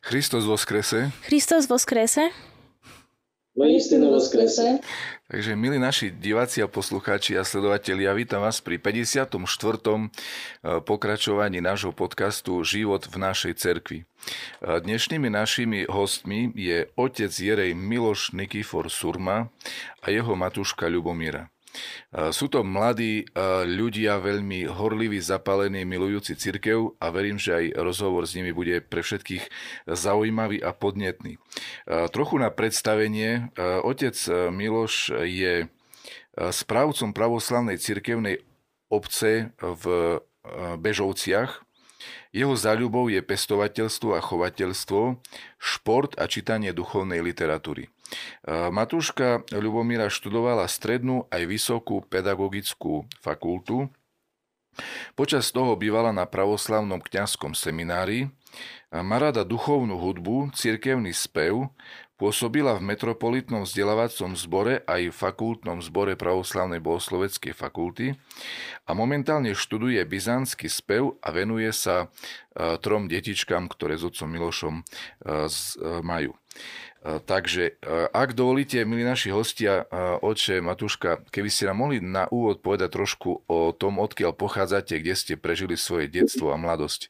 Christos voskrese. Christos voskrese. Voistinu voskrese. Takže, milí naši diváci a poslucháči a sledovatelia, vítam vás pri 54. pokračovaní nášho podcastu Život v našej cerkvi. Dnešnými našimi hostmi je otec Jerej Miloš Nikifor Surma a jeho matuška Ľubomíra. Sú to mladí ľudia, veľmi horliví, zapálení, milujúci cirkev a verím, že aj rozhovor s nimi bude pre všetkých zaujímavý a podnetný. Trochu na predstavenie. Otec Miloš je správcom pravoslavnej cirkevnej obce v Bežovciach. Jeho záľubou je pestovateľstvo a chovateľstvo, šport a čítanie duchovnej literatúry. Matúška Ľubomíra študovala strednú aj vysokú pedagogickú fakultu. Počas toho bývala na pravoslavnom kňazskom seminári. Má rada duchovnú hudbu, cirkevný spev, pôsobila v metropolitnom vzdelávacom zbore aj v fakultnom zbore pravoslavnej bohosloveckej fakulty a momentálne študuje byzantský spev a venuje sa 3 detičkám, ktoré s otcom Milošom majú. Takže, ak dovolíte, milí naši hostia, otče Matúška, keby ste nám mohli na úvod povedať trošku o tom, odkiaľ pochádzate, kde ste prežili svoje detstvo a mladosť.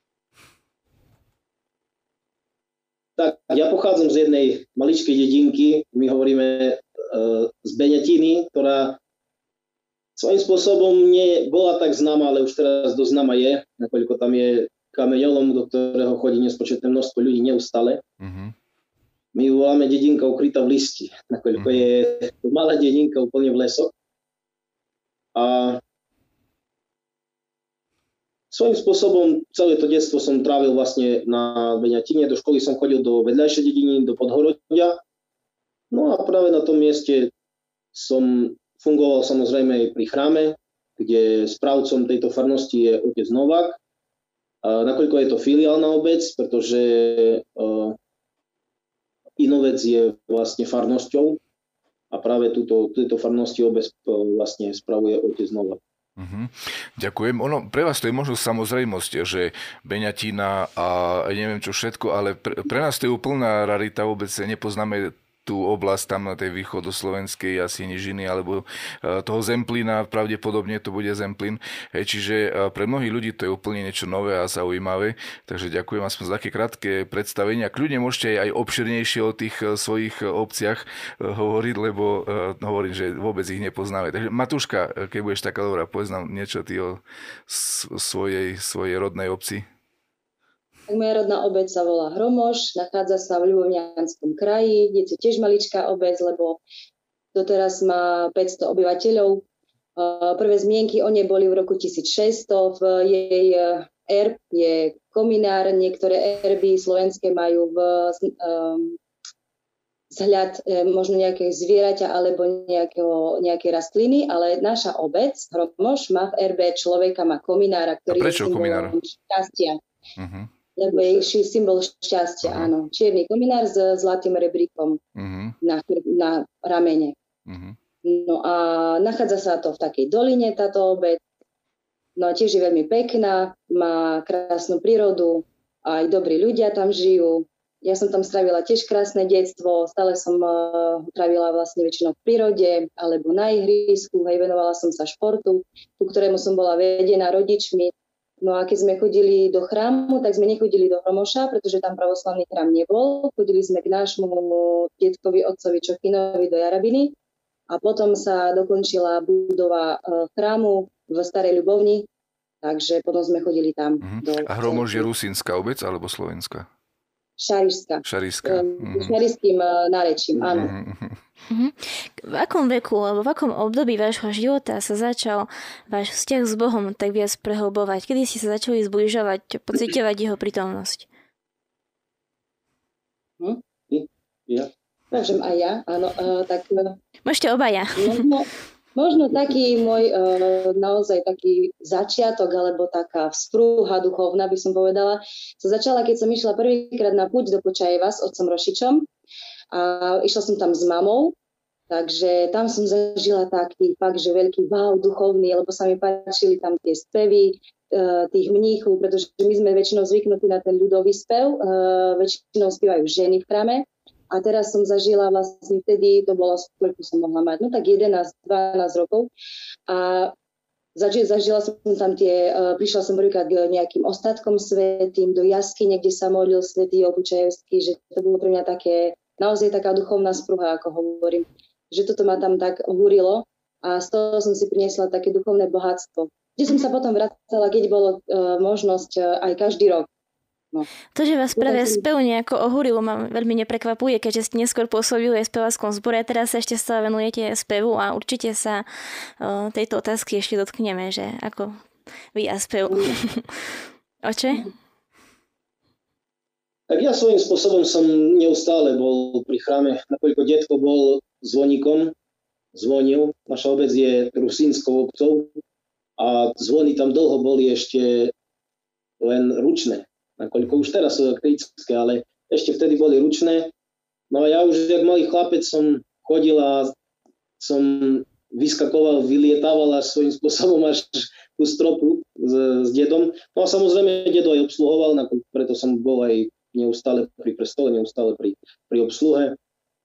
Tak, ja pochádzam z jednej maličkej dedinky, my hovoríme z Beňatiny, ktorá svojím spôsobom bola tak známa, ale už teraz dosť známa je, nakoľko tam je kameňolom, do ktorého chodí nespočetné množstvo ľudí neustále. Uh-huh. My ju voláme dedinka ukrytá v listi, nakoľko je to malá dedinka úplne v lesoch. A svojím spôsobom celé to detstvo som trávil vlastne na Beňatine. Do školy som chodil do vedľajšej dediny, do Podhorodia. No a práve na tom mieste som fungoval samozrejme aj pri chráme, kde správcom tejto farnosti je otec Novák. A nakoľko je to filiálna obec, pretože Inovec je vlastne farnosťou a práve túto farnosti obec vlastne spravuje otec Novák. Uh-huh. Ďakujem. Pre vás to je možno samozrejmosť, že Beňatina a neviem čo všetko, ale pre nás to je úplná rarita, vôbec nepoznáme tú oblasť tam na tej východoslovenskej asi nižiny alebo toho Zemplína, pravdepodobne to bude Zemplín. Čiže pre mnohých ľudí to je úplne niečo nové a zaujímavé, takže ďakujem aspoň za také krátke predstavenia. Kľudne môžete aj obširnejšie o tých svojich obciach hovoriť, lebo hovorím, že vôbec ich nepoznáme. Takže Matúška, keď budeš taká dobrá, povedz nám niečo ty o svojej rodnej obci. Moja rodná obec sa volá Hromoš, nachádza sa v Ľubovňanskom kraji, je to tiež maličká obec, lebo doteraz má 500 obyvateľov. Prvé zmienky o nej boli v roku 1600, v jej erb je kominár, niektoré erby slovenské majú vzhľad možno nejakého zvieraťa alebo nejakej rastliny, ale naša obec Hromoš má v erbe človeka, má kominára, ktorý je symbolom šťastia. Uh-huh. Lebo je symbol šťastia, áno. Čierny kominár s zlatým rebríkom na ramene. No a nachádza sa to v takej doline, táto obec. No a tiež je veľmi pekná, má krásnu prírodu, aj dobrí ľudia tam žijú. Ja som tam strávila tiež krásne detstvo, stále som trávila vlastne väčšinou v prírode alebo na ihrisku, venovala som sa športu, ku ktorému som bola vedená rodičmi. No a keď sme chodili do chrámu, tak sme nechodili do Hromoša, pretože tam pravoslavný chrám nebol. Chodili sme k nášmu detkovi otcovi Čokinovi do Jarabiny a potom sa dokončila budova chrámu v Starej Ľubovni, takže potom sme chodili tam. A Hromoš je rusínska obec alebo slovenská? Šarišská. Šarišským nárečím, áno. V akom veku alebo v akom období vášho života sa začal váš vzťah s Bohom tak viac prehlbovať? Kedy ste sa začali zbližovať, pociťovať jeho prítomnosť? Ja. Môžem aj ja, áno. Môžete obaja. Možno taký môj naozaj taký začiatok alebo taká vzprúha duchovná, by som povedala, sa začala, keď som išla prvýkrát na púť do Počajeva s otcom Rošičom a išla som tam s mamou Takže tam som zažila taký fakt, že veľký wow duchovný, lebo sa mi páčili tam tie spevy tých mníchov, pretože my sme väčšinou zvyknutí na ten ľudový spev, väčšinou spievajú ženy v chráme. A teraz som zažila vlastne vtedy, to bolo, koľko som mohla mať, no tak 11-12 rokov. A zažila som tam prišla som prvýkrát k nejakým ostatkom svätým, do jaskyne, kde sa modlil svätý Obučajevský, že to bolo pre mňa také, naozaj taká duchovná spruha, ako hovorím. Že toto ma tam tak ohúrilo a z toho som si priniesla také duchovné bohatstvo. Kde som sa potom vracala, keď bolo možnosť aj každý rok. No. To, že vás práve spev nejako ohúrilo, ma veľmi neprekvapuje, keďže ste neskôr pôsobili aj v speváckom zbore, teraz sa ešte stále venujete spevu a určite sa tejto otázky ešte dotkneme, že ako vy a spev. Oče? Tak ja svojím spôsobom som neustále bol pri chráme, nakoľko detko bol zvoníkom, zvonil. Naša obec je rusínskou obcov a zvony tam dlho boli ešte len ručné. Nakoľko už teraz sú kritické, ale ešte vtedy boli ručné. No a ja už, jak malý chlapec, som chodil a som vyskakoval, vylietával až svojím spôsobom až ku stropu s dedom. No a samozrejme, dedo aj obsluhoval, preto som bol aj neustále pri prestole, neustále pri obsluhe.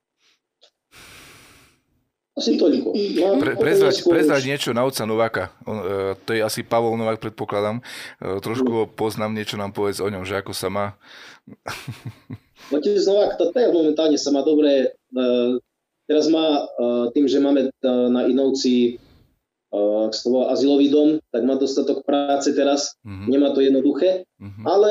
Asi toľko. No, prezrať niečo na otca Nováka. To je asi Pavol Novák, predpokladám. Trošku ho poznám, niečo nám povedz o ňom, že ako sa má. Otec Novák, to je momentálne sa má dobre. Teraz má tým, že máme na Inovci azylový dom, tak má dostatok práce teraz. Nemá to jednoduché. Ale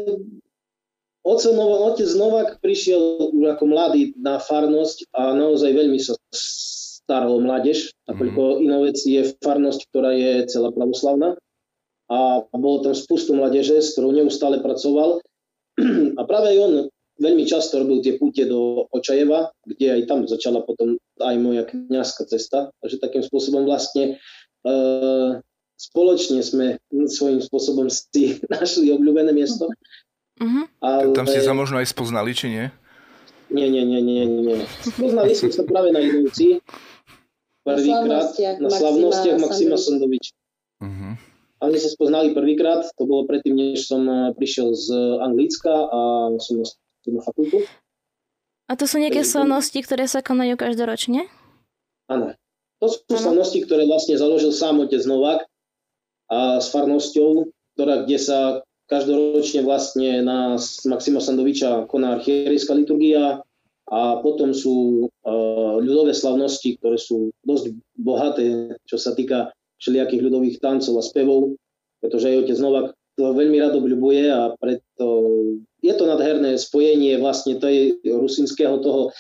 otec Novák prišiel už ako mladý na farnosť a naozaj veľmi sa staral o mládež, nakoľko Inovec je farnosť, ktorá je celá pravoslavná a bolo tam spustu mládeže, s ktorou neustále pracoval a práve aj on veľmi často robil tie púte do Očajeva, kde aj tam začala potom aj moja kňazská cesta, takže takým spôsobom vlastne spoločne sme svojím spôsobom si našli obľúbené miesto. Ale... Tam ste sa možno aj spoznali, či nie? Nie. Spoznali sme sa práve na Inovci. Prvýkrát na slavnostiach Maxima Sandoviča. A my sa spoznali prvýkrát, to bolo predtým, než som prišiel z Anglicka a som na fakultu. A to sú nejaké slavnosti, ktoré sa konajú každoročne? Áno. To sú slavnosti, ktoré vlastne založil sám otec Novák a s farnosťou, kde sa každoročne vlastne na Maxima Sandoviča koná archierejská liturgia a potom sú ľudové slavnosti, ktoré sú dosť bohaté, čo sa týka všelijakých ľudových tancov a spevov, pretože aj otec Novák to veľmi rád obľubuje a preto je to nádherné spojenie vlastne tej rusínskeho toho,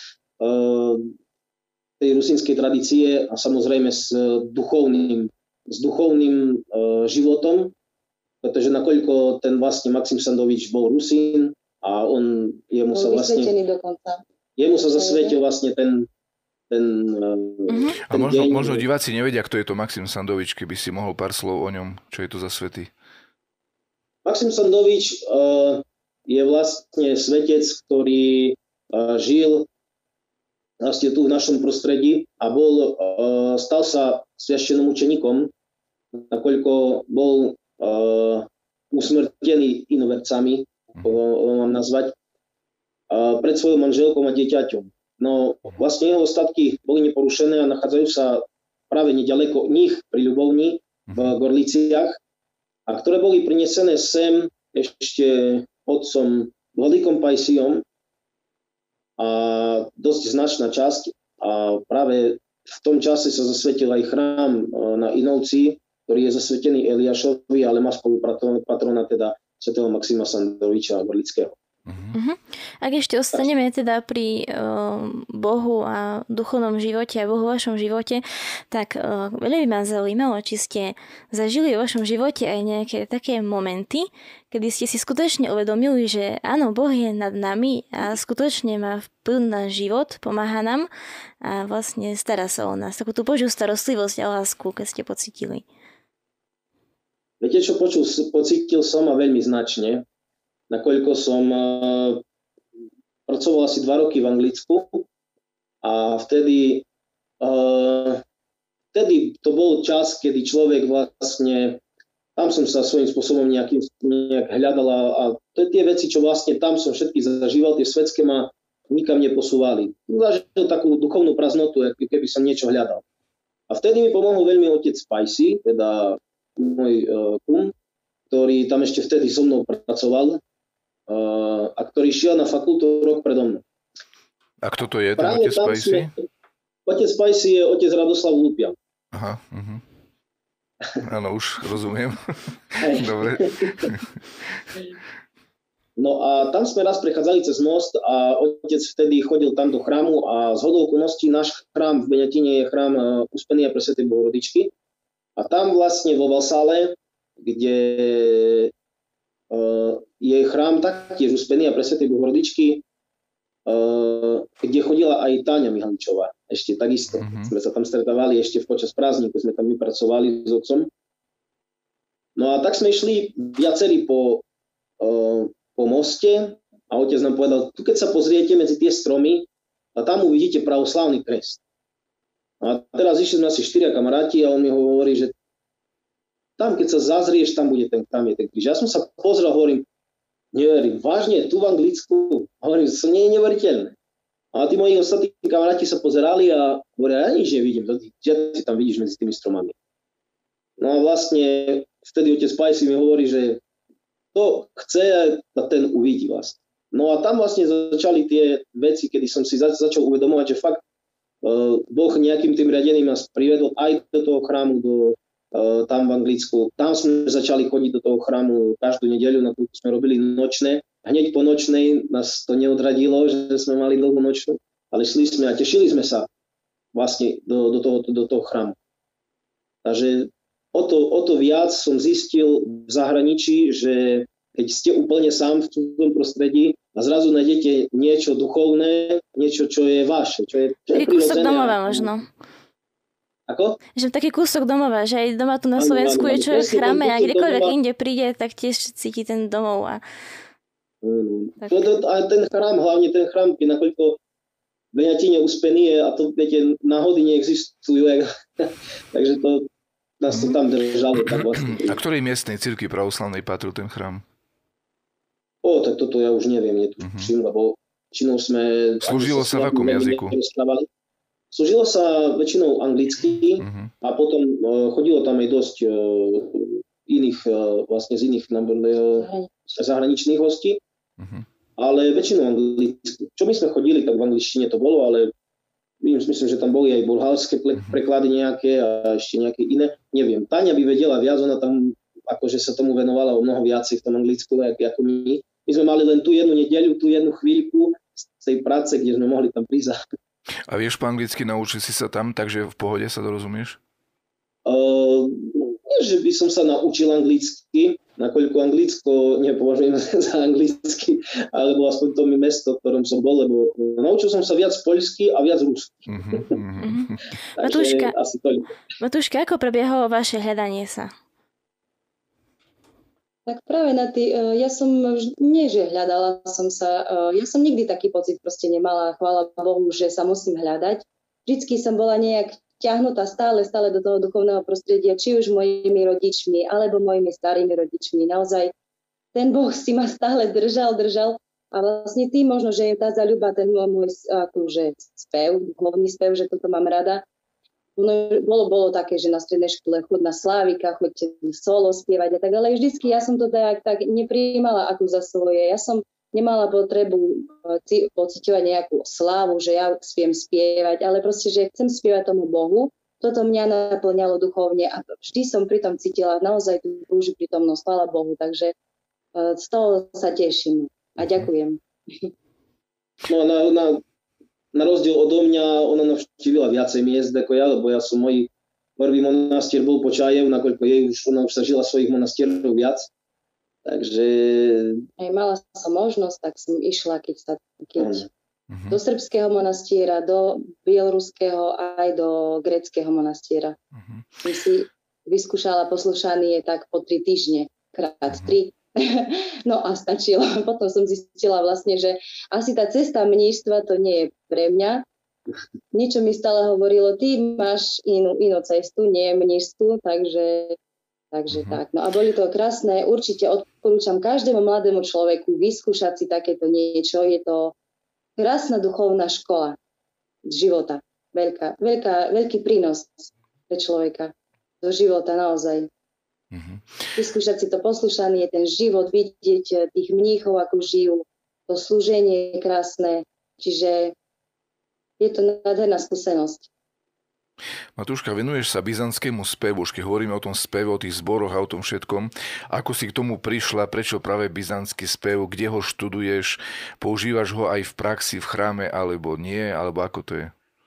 tej rusínskej tradície a samozrejme s duchovným životom, pretože nakoľko ten vlastne Maxim Sandovič bol Rusín a jemu sa vlastne... Vysvetený dokonca. Jemu sa zasvetil vlastne ten a možno diváci nevedia, kto je to Maxim Sandovič, keby si mohol pár slov o ňom, čo je to za svätý. Maxim Sandovič je vlastne svetec, ktorý žil vlastne tu v našom prostredí a stal sa sviašteným učeníkom, nakoľko bol usmrtený inovercami, ako mám nazvať, pred svojou manželkou a dieťaťom. No vlastne jeho ostatky boli neporušené a nachádzajú sa práve nedaleko nich pri Ľubovni v Gorliciach, a ktoré boli prinesené sem ešte otcom Vladykom Pajsiom a dosť značná časť. A práve v tom čase sa zasvetil aj chrám na Inovci, ktorý je zasvetený Eliášovi, ale má spolupatrona teda svätého Maxima Sandoviča Gorlického. Ak ešte ostaneme teda pri Bohu a duchovnom živote a Bohu v vašom živote, tak veľmi ma zaujímalo, či ste zažili v vašom živote aj nejaké také momenty, kedy ste si skutočne uvedomili, že áno, Boh je nad nami a skutočne má vplyv na život, pomáha nám a vlastne stará sa o nás. Takú tú Božiu starostlivosť a lásku, keď ste pocítili. Viete, čo pocítil som a veľmi značne, nakoľko som pracoval asi 2 roky v Anglicku a vtedy Vtedy to bol čas, kedy človek vlastne, tam som sa svojím spôsobom nejak hľadal a tie veci, čo vlastne tam som všetky zažíval, tie svetské ma nikam neposúvali. Zažil takú duchovnú prázdnotu, keby som niečo hľadal. A vtedy mi pomohol veľmi otec Spicy, teda môj kum, ktorý tam ešte vtedy so mnou pracoval a ktorý šiel na fakultu rok predo mnou. A kto to je, ten otec Spicy? Otec Spicy je otec Radoslav Lupian. Aha, áno, už rozumiem. Dobre. No a tam sme raz prechádzali cez most a otec vtedy chodil tam do chrámu a zhodou okolností náš chrám v Beňatine je chrám Uspenia Presvätej Bohorodičky. A tam vlastne vo Valsále, kde je chrám taktiež Uspenia Presvätej Bohorodičky, kde chodila aj Táňa Mihaličová. Ešte takisto. Sme sa tam stretávali ešte počas prázdniku, sme tam vypracovali s otcom. No a tak sme išli viacerí po moste a otec nám povedal, tu keď sa pozriete medzi tie stromy, a tam uvidíte pravoslávny kresť. A teraz išli sme asi 4 kamaráti a on mi hovorí, že tam keď sa zazrieš, tam je ten kríž. Ja som sa pozrel, hovorím, neverím, vážne, tu v Anglicku? Hovorím, to nie je neveriteľné. A tí moji ostatní kamaráti sa pozerali a hovoria, ja nič nevidím, že ty tam vidíš medzi tými stromami. No a vlastne vtedy otec Spicy mi hovorí, že to chce a ten uvidí vlastne. No a tam vlastne začali tie veci, kedy som si začal uvedomovať, že fakt Boh nejakým tým riadením nás privedol aj do toho chrámu, tam v Anglicku. Tam sme začali chodiť do toho chrámu každú nedeľu, na ktorú sme robili nočné. Hneď po nočnej nás to neodradilo, že sme mali dlhú nočnú, ale šli sme a tešili sme sa vlastne do toho chrámu. Takže o to viac som zistil v zahraničí, že keď ste úplne sám v cudzom prostredí a zrazu nájdete niečo duchovné, niečo, čo je vaše. Taký kúsok domova možno. Ako? Že taký kúsok domova, že aj doma tu na Slovensku je človek v chráme a kdekoľvek inde príde, tak tiež cíti ten domov. A ten chrám, hlavne ten chrám, nakoľko v Beňatine Uspenie a to, viete, náhody neexistujú, takže to nás to tam držalo. Tak vlastne. A ktorej miestnej cirkvi pravoslavnej patril ten chrám? Tak toto ja už neviem, netuším, lebo väčšinou sme... Slúžilo sa v akom jazyku? Slúžilo sa väčšinou anglicky a potom chodilo tam aj dosť iných, vlastne z iných zahraničných hostí, ale väčšinou anglicky. Čo my sme chodili, tak v angličtine to bolo, ale myslím, že tam boli aj bulharské preklady nejaké a ešte nejaké iné. Neviem, Táňa by vedela viac, ona tam akože sa tomu venovala o mnoho viacej v tom anglicku, ako my. My sme mali len tú jednu nedeľu, tú jednu chvíľku z tej práce, kde sme mohli tam prísť. A vieš po anglicky, naučil si sa tam, takže v pohode sa dorozumieš? Nie, že by som sa naučil anglicky, nakoľko Anglicko nepovažujem za anglicky, alebo aspoň to mi mesto, v ktorom som bol, lebo naučil som sa viac poľsky a viac rusky. Matúška, ako prebiehalo vaše hľadanie sa? Tak práve ja som nie, že hľadala som sa, ja som nikdy taký pocit proste nemala, chvála Bohu, že sa musím hľadať. Vždycky som bola nejak ťahnutá stále do toho duchovného prostredia, či už mojimi rodičmi, alebo mojimi starými rodičmi. Naozaj ten Boh si ma stále držal a vlastne tým možno, že je tá zaľuba, ten môj akože spev, duchovný spev, že toto mám rada. Bolo také, že na strednej škole chod na slávika, choďte solo spievať a tak, ale vždycky ja som to tak neprijímala ako za svoje. Ja som nemala potrebu pociťovať nejakú slávu, že ja viem spievať, ale proste, že chcem spievať tomu Bohu. Toto mňa naplňalo duchovne a vždy som pri tom cítila naozaj tú Božiu prítomnosť, chvála Bohu, takže z toho sa teším a ďakujem. No, na rozdiel odo mňa, ona navštívila viacej miest ako ja, lebo ja som môj prvý monastier bol Počajev, nakoľko ona už sa žila svojich monastierov viac. Takže... Aj mala som možnosť, tak som išla, keď do srbského monastiera, do bieloruského aj do gréckeho monastiera. Som si vyskúšala poslušanie tak po 3 týždne, krát 3. No a stačilo. Potom som zistila vlastne, že asi tá cesta mníštva to nie je pre mňa. niečo mi stále hovorilo, ty máš inú cestu, nie mníšskú, takže tak. No a boli to krásne, určite odporúčam každému mladému človeku vyskúšať si takéto niečo. Je to krásna duchovná škola života. Veľký prínos pre človeka do života naozaj. Vyskúšať si to poslušanie, ten život, vidieť tých mníchov, ako žijú, to slúženie je krásne, čiže je to nádherná skúsenosť. Matúška, venuješ sa byzantskému spevu, už keď hovoríme o tom speve, o tých zboroch a o tom všetkom. Ako si k tomu prišla, prečo práve byzantský spev, kde ho študuješ, používaš ho aj v praxi, v chráme, alebo nie, alebo ako to je?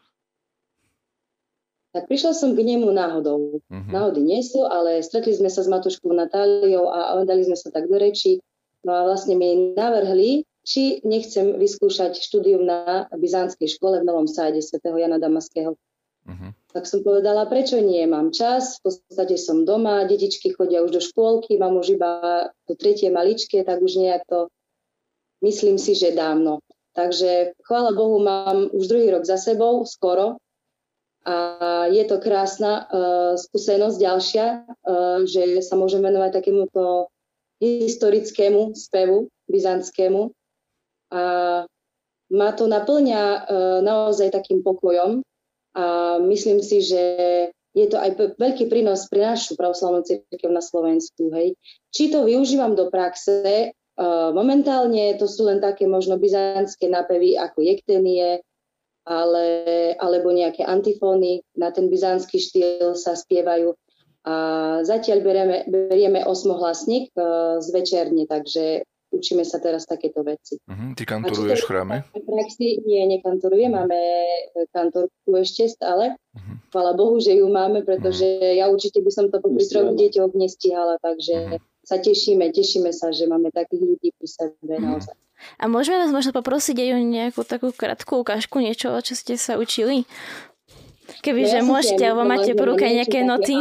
Tak prišla som k nemu náhodou. Náhody nie sú, ale stretli sme sa s Matúškou Natáliou a dali sme sa tak do reči. No a vlastne mi navrhli, či nechcem vyskúšať štúdium na byzantskej škole v Novom Sáde svätého Jana Damaského. Tak som povedala, prečo nie, mám čas, v podstate som doma, detičky chodia už do škôlky, mám už iba to 3. maličké, tak už nejak to myslím si, že dávno. Takže chvála Bohu, mám už 2. rok za sebou, skoro. A je to krásna skúsenosť ďalšia, že sa môžem venovať takémuto historickému spevu byzantskému. A ma to naplňa naozaj takým pokojom a myslím si, že je to aj veľký prínos pre našu pravoslavnú cirkev na Slovensku. Hej. Či to využívam do praxe, momentálne to sú len také možno byzantské nápevy ako jektenie, alebo nejaké antifóny na ten byzantský štýl sa spievajú. A zatiaľ berieme osmohlasník z večerne, takže učíme sa teraz takéto veci. Ty kantoruješ v chráme? V praxi nekantorujem, máme kantorku ešte stále. Chvála Bohu, že ju máme, pretože ja určite by som to popri 3 deťoch nestihala, takže sa tešíme sa, že máme takých ľudí pri sebe naozaj. A môžeme vás možno poprosiť aj o nejakú takú krátku ukážku, niečo, čo ste sa učili? Kebyže môžete, alebo máte po ruke nejaké noty.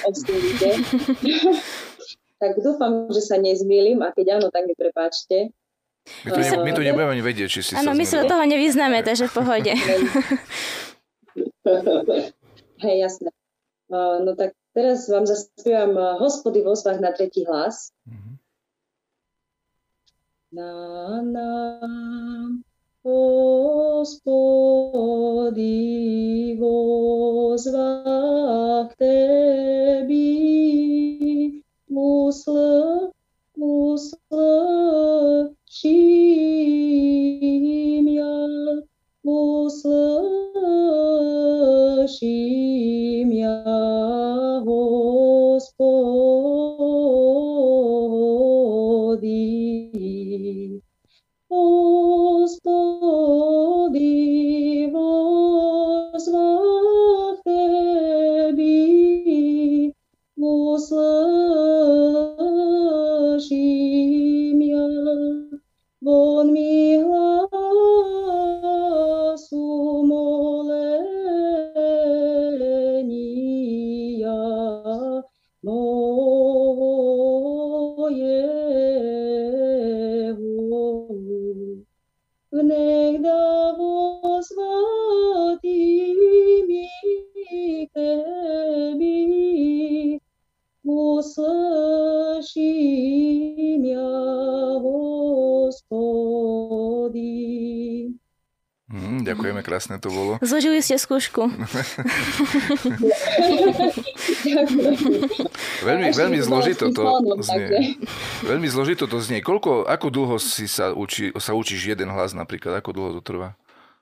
Tak dúfam, že sa nezmýlim a keď áno, tak mi prepáčte. My to nebudeme ani vedieť, či si sa áno, my sa do toho nevyznáme, takže v pohode. Hej, jasné. No tak teraz vám zaspievam Hospody v ozvách na 3. hlas. Na nám, Hospody v ozvách Tebi, uslyším ja, Hospody. Hospody v ozvách Tebi, uslyším ja, von mi hlasu molenia mojeho. Vnech da vozvati mi k Tebi, uslyším ja, Hospody. Ďakujeme, krásne to bolo. Zložili ste skúšku. Veľmi zložito to znie. Veľmi zložito to znie. Ako dlho si sa učíš jeden hlas napríklad? Ako dlho to trvá?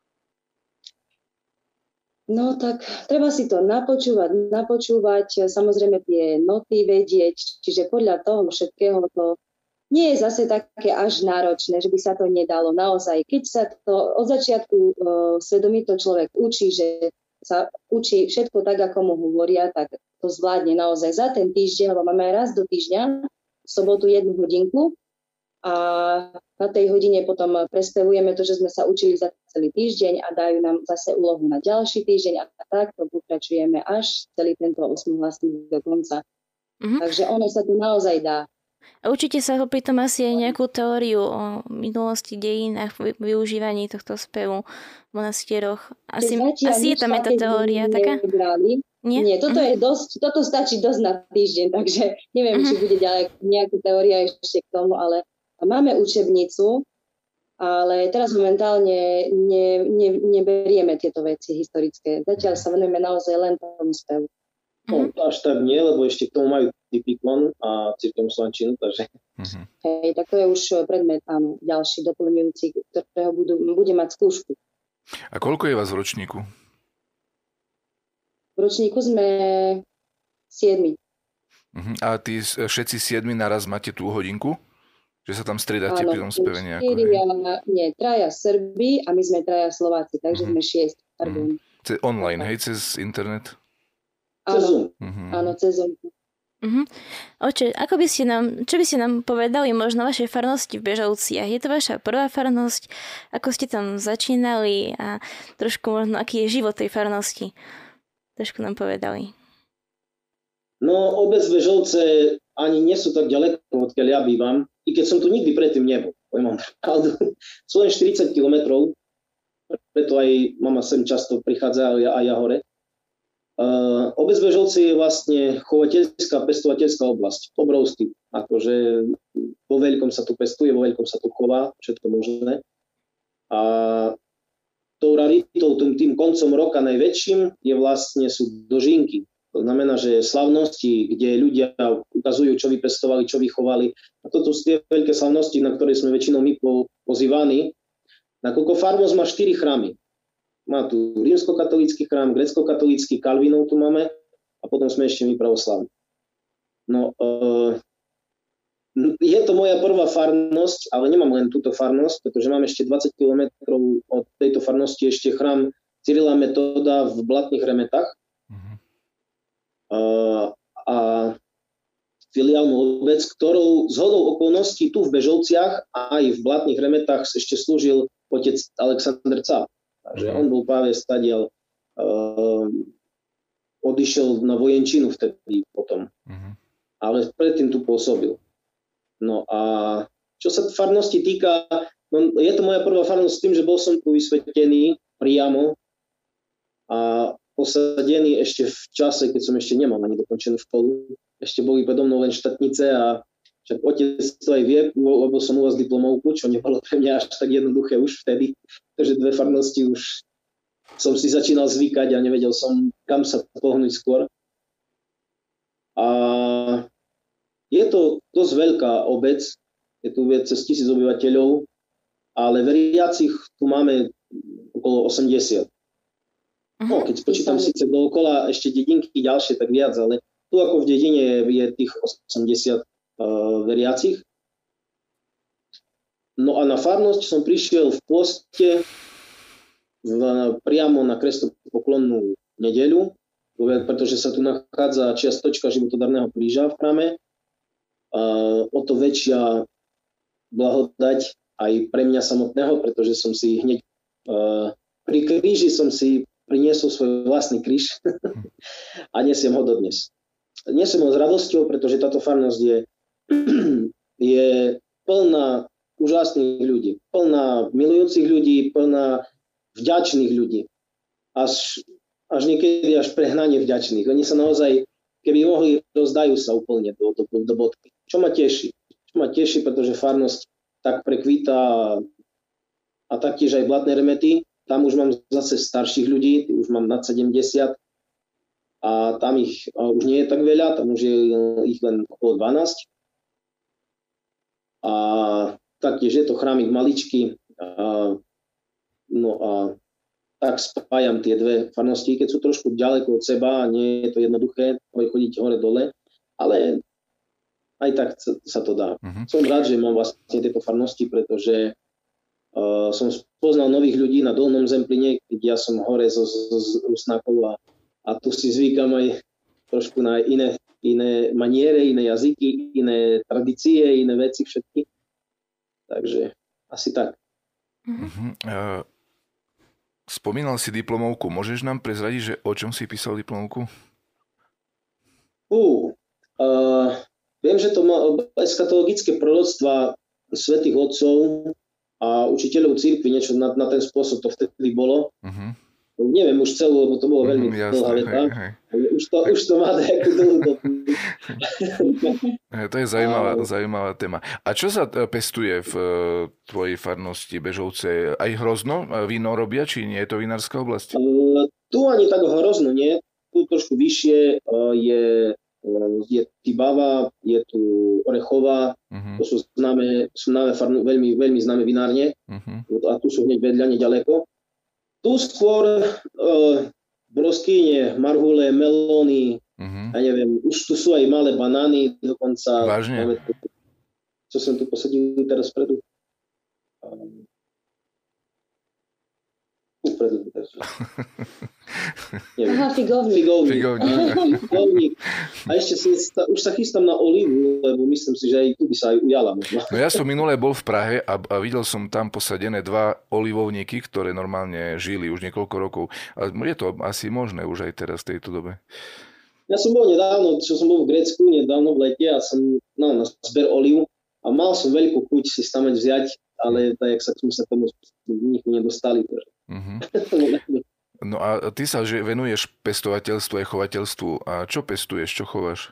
No tak treba si to napočúvať, samozrejme tie noty vedieť, čiže podľa toho všetkého to nie je zase také až náročné, že by sa to nedalo. Naozaj, keď sa to od začiatku svedomito človek učí, že sa učí všetko tak, ako mu hovoria, tak to zvládne naozaj za ten týždeň, lebo máme raz do týždňa, v sobotu 1 hodinku a na tej hodine potom prespevujeme to, že sme sa učili za celý týždeň a dajú nám zase úlohu na ďalší týždeň a takto pokračujeme až celý tento 8-hlasný do konca. Takže ono sa to naozaj dá. A určite sa ho pritom asi aj nejakú teóriu o minulosti, dejinách, využívaní tohto spevu v monastieroch. Asi je tam aj tá teória taká? Nie? Nie, toto stačí dosť na týždeň, takže neviem, či bude ďalej nejaká teória ešte k tomu, ale máme učebnicu, ale teraz momentálne neberieme tieto veci historické. Zatiaľ sa venujeme naozaj len tomu spevu. No, až tak nie, lebo ešte k tomu majú typikon a cirkevnú slánčinu, takže... Hej, tak to je už predmet, áno, ďalší doplňujúci, ktorého bude mať skúšku. A koľko je vás v ročníku? V ročníku sme 7. A tí všetci 7 naraz máte tú hodinku? Že sa tam striedáte pri tom speve nejako? Nie, 3 Srbi a my sme 3 Slováci, takže sme 6. Pardon. Online, hej, cez internet? Áno, áno, cez Zoom. Oče, čo by ste nám povedali možno vašej farnosti v Bežovciach? Je to vaša prvá farnosť? Ako ste tam začínali a trošku možno, aký je život tej farnosti? Trošku nám povedali. No, obec Bežovce ani nie sú tak ďaleko, odkiaľ ja bývam, i keď som tu nikdy predtým nebol. Poviem vám pravdu. Sú len 40 kilometrov, preto aj mama sem často prichádza a ja hore. Obec Bežovce je vlastne chovateľská, pestovateľská oblasť. Obrovský. Akože vo veľkom sa tu pestuje, vo veľkom sa tu chová, všetko možné. A tou raritou, tým koncom roka najväčším sú dožinky. To znamená, že slavnosti, kde ľudia ukazujú, čo vypestovali, čo vychovali. A toto sú tie veľké slavnosti, na ktoré sme väčšinou my pozývaní. Nakoľko farnosť má 4 chrámy. Má tu rímskokatolícky chrám, gréckokatolícky, Kalvinov tu máme a potom sme ešte my pravoslavní. No, je to moja prvá farnosť, ale nemám len túto farnosť, pretože mám ešte 20 km od tejto farnosti ešte chrám Cyrila Metoda v Blatných Remetách. A filiálnu obec, ktorou zhodou okolností tu v Bežovciach a aj v Blatných Remetách ešte slúžil otec Alexander Cáv. Takže on bol práve stadiaľ, odišiel na vojenčinu vtedy potom. Ale predtým tu pôsobil. No a čo sa farnosti týka, no, je to moja prvá farnosť s tým, že bol som tu vysvetený priamo a posadený ešte v čase, keď som ešte nemal ani dokončenú školu. Ešte boli predo mnou len štátnice a však otec to aj vie, lebo som u vás diplomovku, čo nebolo pre mňa až tak jednoduché už vtedy. Takže 2 farnosti už som si začínal zvykať a nevedel som, kam sa pohnúť skôr. A je to dosť veľká obec, je tu viac cez 1000 obyvateľov, ale veriacich tu máme okolo 80. No, keď spočítam síce dookola ešte dedinky ďalšie, tak viac, ale tu ako v dedine je tých 80 veriacich. No a na farnosť som prišiel v pôste priamo na kresťanskopoklonnú nedeľu, pretože sa tu nachádza čiastočka životodarného kríža v chráme. O to väčšia blahodať aj pre mňa samotného, pretože som si hneď pri kríži som si priniesol svoj vlastný kríž a nesiem ho dodnes. Nesiem ho s radosťou, pretože táto farnosť je plná úžasných ľudí, plná milujúcich ľudí, plná vďačných ľudí. Až niekedy až prehnanie vďačných. Oni sa naozaj, keby mohli, rozdajú sa úplne do bodky. Čo ma teší, pretože farnosť tak prekvítá a taktiež aj Blatné Remety. Tam už mám zase starších ľudí, už mám nad 70 a tam ich už nie je tak veľa, tam už je ich len okolo 12. A taktiež je to chrámik maličký. No a tak spájam tie 2 farnosti, keď sú trošku ďaleko od seba a nie je to jednoduché chodiť hore-dole, ale aj tak sa to dá. Som rád, že mám vlastne tieto farnosti, pretože som spoznal nových ľudí na Dolnom Zempline, keď ja som hore z Rusnákov a tu si zvykam aj trošku na iné maniere, iné jazyky, iné tradície, iné veci všetky. Takže asi tak. Spomínal si diplomovku. Môžeš nám prezradiť, že o čom si písal diplomovku? Viem, že to má eschatologické proroctva svätých otcov a učiteľov cirkvi, niečo na ten spôsob to vtedy bolo. Neviem už celú, lebo to bolo veľmi dlhá veta. Už to má nejakú dlhú dobu. To je zaujímavá téma. A čo sa pestuje v tvojej farnosti Bežovce? Aj hrozno víno robia, či nie je to vinárska oblasť? Tu ani tak hrozno nie. Tu trošku vyššie je Tibava, je tu Orechová, to sú známe veľmi, veľmi známe vinárne a tu sú hneď vedľa, nedaleko. Tu skôr broskyne, marhule, melóny, ja neviem, už tu sú aj malé banány, dokonca. Vážne? Čo som tu posadil teraz vpredu? Aha, figovník. Figovník. A ešte už sa chystám na olivu, lebo myslím si, že aj tu by sa aj ujala. No ja som minulé bol v Prahe a videl som tam posadené 2 olivovníky, ktoré normálne žili už niekoľko rokov. A je to asi možné už aj teraz v tejto dobe. Ja som bol nedávno, čo som bol v Grécku, nedávno v lete a som na zber olivu a mal som veľkú chuť si tam vziať, ale tak, jak sme sa tomu nedostali. No a ty sa venuješ pestovateľstvu a chovateľstvu. A čo pestuješ, čo chováš?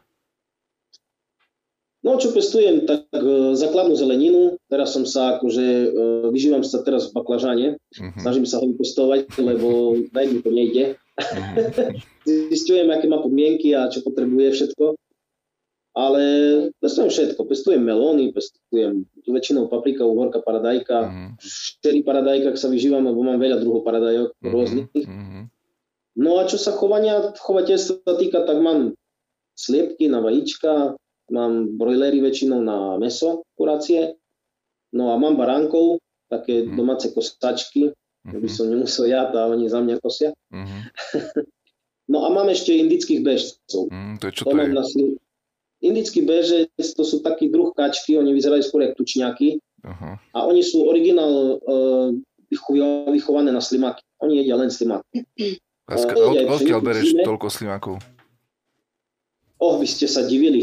No, čo pestujem, tak základnú zeleninu. Teraz som sa vyžívam sa teraz v baklažáne. Snažím sa ho vypestovať, lebo najmä to nejde. Zistujem, aké má podmienky a čo potrebuje všetko. Ale pestujem všetko. Pestujem melóny, pestujem väčšinou paprika, uhorka, paradajka. V štyri paradajkách sa vyžívam, lebo mám veľa druhov paradajok rôznych. No a čo sa chovateľstva týka, tak mám sliepky na vajíčka, mám brojlery väčšinou na mäso, kurácie. No a mám baránkov, také domáce kosačky, aby som nemusel ja, a oni za mňa kosia. No a mám ešte indických bežcov. To je čo to je? Indický bežec, to sú taký druh kačky, oni vyzerajú skôr jak tučňaky. A oni sú originál vychované na slimáky. Oni jedia len slimáky. Odkiaľ bereš toľko slimákov? Vy ste sa divili.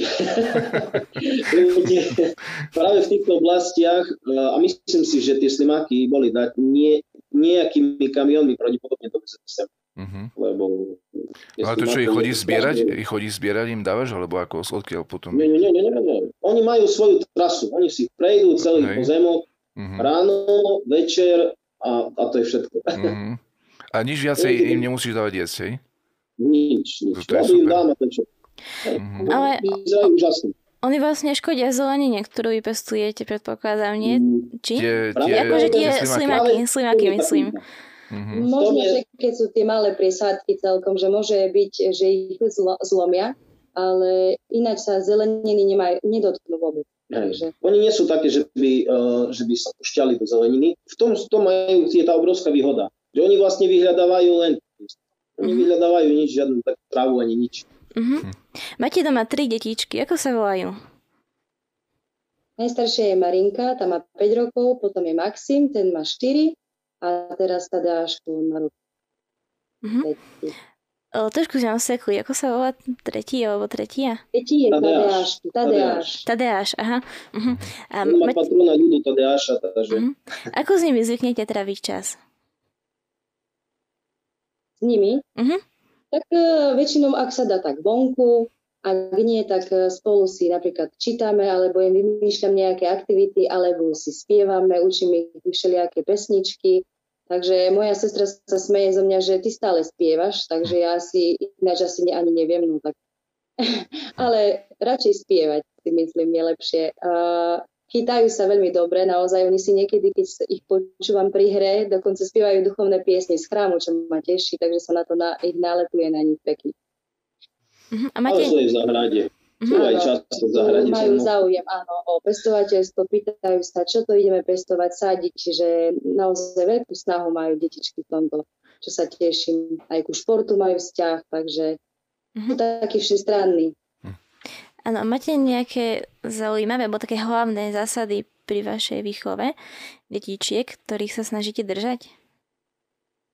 Práve v týchto oblastiach, a myslím si, že tie slimáky boli dať nejakými kamionmi pravdepodobne do sem. Lebo ale to čo, ich chodí zbierať, im dávaš, alebo ako odkiaľ potom? Nie. Oni majú svoju trasu, oni si prejdú celý pozemok, ráno, večer a to je všetko. A nič viacej im nemusíš dávať jesť, hej? Nič. To je super. Dám a to čo. Ale vyzerajú úžasne. oni vlastne škodia zelenine, ktorú vy pestujete, predpokladám, nie? Či? Akože tie slimáky myslím. Možno, že keď sú tie malé priesádky celkom, že môže byť, že ich zlomia, ale ináč sa zeleniny nedotknú vôbec. Takže. Oni nie sú také, že by sa pušťali do zeleniny. V tom je tá obrovská výhoda. Že oni vlastne vyhľadávajú len nič, žiadnu takú trávu ani nič. Máte doma 3 detičky, ako sa volajú? Najstaršia je Marinka, tá má 5 rokov, potom je Maxim, ten má 4 a teraz Tadeášku má rok. Trošku sme osekli, ako sa volá tretí alebo tretia? Tretí je Tadeáš, aha. Má patrona ľudu Tadeáša. Ako s nimi zvyknete tráviť čas? S nimi? Tak väčšinou, ak sa dá, tak vonku, ak nie, tak spolu si napríklad čítame, alebo im vymýšľam nejaké aktivity, alebo si spievame, učím ich všelijaké pesničky. Takže moja sestra sa smeje zo mňa, že ty stále spievaš, takže ja ináč asi ani neviem, no tak. Ale radšej spievať, si myslím, je lepšie. Chytajú sa veľmi dobre, naozaj oni si niekedy, keď ich počúvam pri hre, dokonca spievajú duchovné piesne z chrámu, čo ma teší, takže sa na to ich nálepuje na nich pekne. Ale sú aj v záhrade. Sú aj často v záhrade. Majú záujem, áno, o pestovateľstvo, pýtajú sa, čo to ideme pestovať, sádiť, čiže naozaj veľkú snahu majú detičky v tomto, čo sa teším. Aj ku športu majú vzťah, takže sú takí všestranní. Áno, máte nejaké zaujímavé, alebo také hlavné zásady pri vašej výchove detičiek, ktorých sa snažíte držať?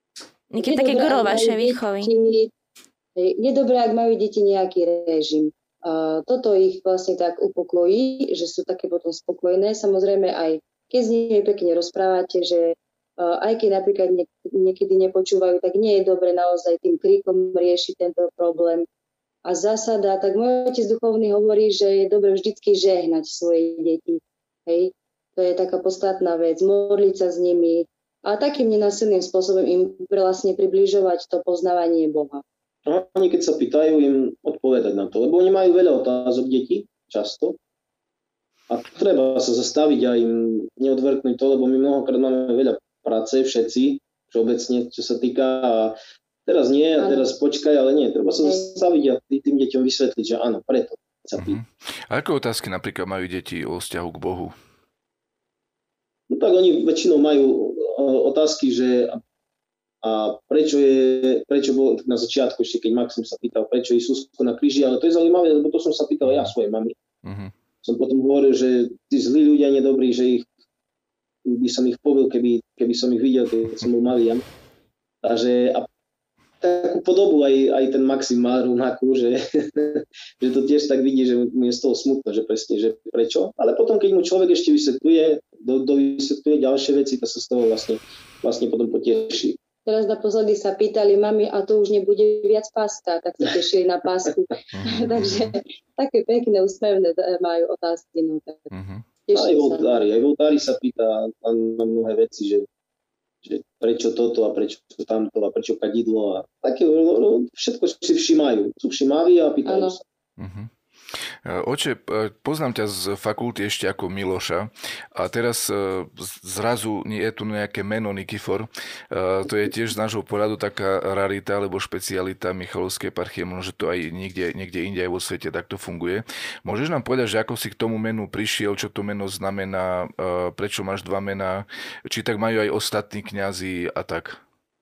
Nejaké také gro vašej výchovy. Je dobré, ak majú deti nejaký režim. A toto ich vlastne tak upokojí, že sú také potom spokojné. Samozrejme aj keď s nimi pekne rozprávate, že aj keď napríklad niekedy nepočúvajú, tak nie je dobre naozaj tým kríkom riešiť tento problém. A zásada, tak môj otec duchovný hovorí, že je dobre vždycky žehnať svoje deti. Hej? To je taká podstatná vec. Modliť sa s nimi a takým nenásilným spôsobom im vlastne približovať to poznávanie Boha. A oni keď sa pýtajú, im odpovedať na to, lebo oni majú veľa otázok detí, často. A treba sa zastaviť a im neodvrknúť to, lebo my mnohokrát máme veľa práce, všetci, všeobecne, čo sa týka a teraz nie, a teraz počkaj, ale nie. Treba sa zastaviť a tým deťom vysvetliť, že áno, preto sa pýta. A aké otázky napríklad majú deti o vzťahu k Bohu? No tak oni väčšinou majú otázky, že a prečo bol na začiatku, ešte keď Maxim sa pýtal, prečo Jezusko na kríži, ale to je zaujímavé, lebo to som sa pýtal ja svojej mamy. Som potom hovoril, že tí zlí ľudia nedobrí, že by som ich pobil, keby som ich videl, keď som bol malý. Takže a takú podobu aj ten Maxim má rovnakú, že to tiež tak vidí, že mu je z toho smutno, že presne, že prečo. Ale potom, keď mu človek ešte vysvetľuje, dovysvetľuje ďalšie veci, tak sa z toho vlastne potom poteší. Teraz naposledy sa pýtali mami, a to už nebude viac páska, tak sa tešili na pásku. Takže také pekné, úsmevné majú otázky. No, tak aj Voltári sa pýta na mnohé veci, že prečo toto a prečo tamto a prečo kadidlo a také, všetko si všimajú. Sú všimaví a pýtajú sa. Oče, poznám ťa z fakulty ešte ako Miloša a teraz zrazu nie je tu nejaké meno Nikifor. To je tiež z nášho pohľadu taká rarita alebo špecialita Michalovskej eparchie, možno, že to aj niekde inde aj vo svete takto funguje. Môžeš nám povedať, že ako si k tomu menu prišiel, čo to meno znamená, prečo máš dva mená, či tak majú aj ostatní kňazi a tak?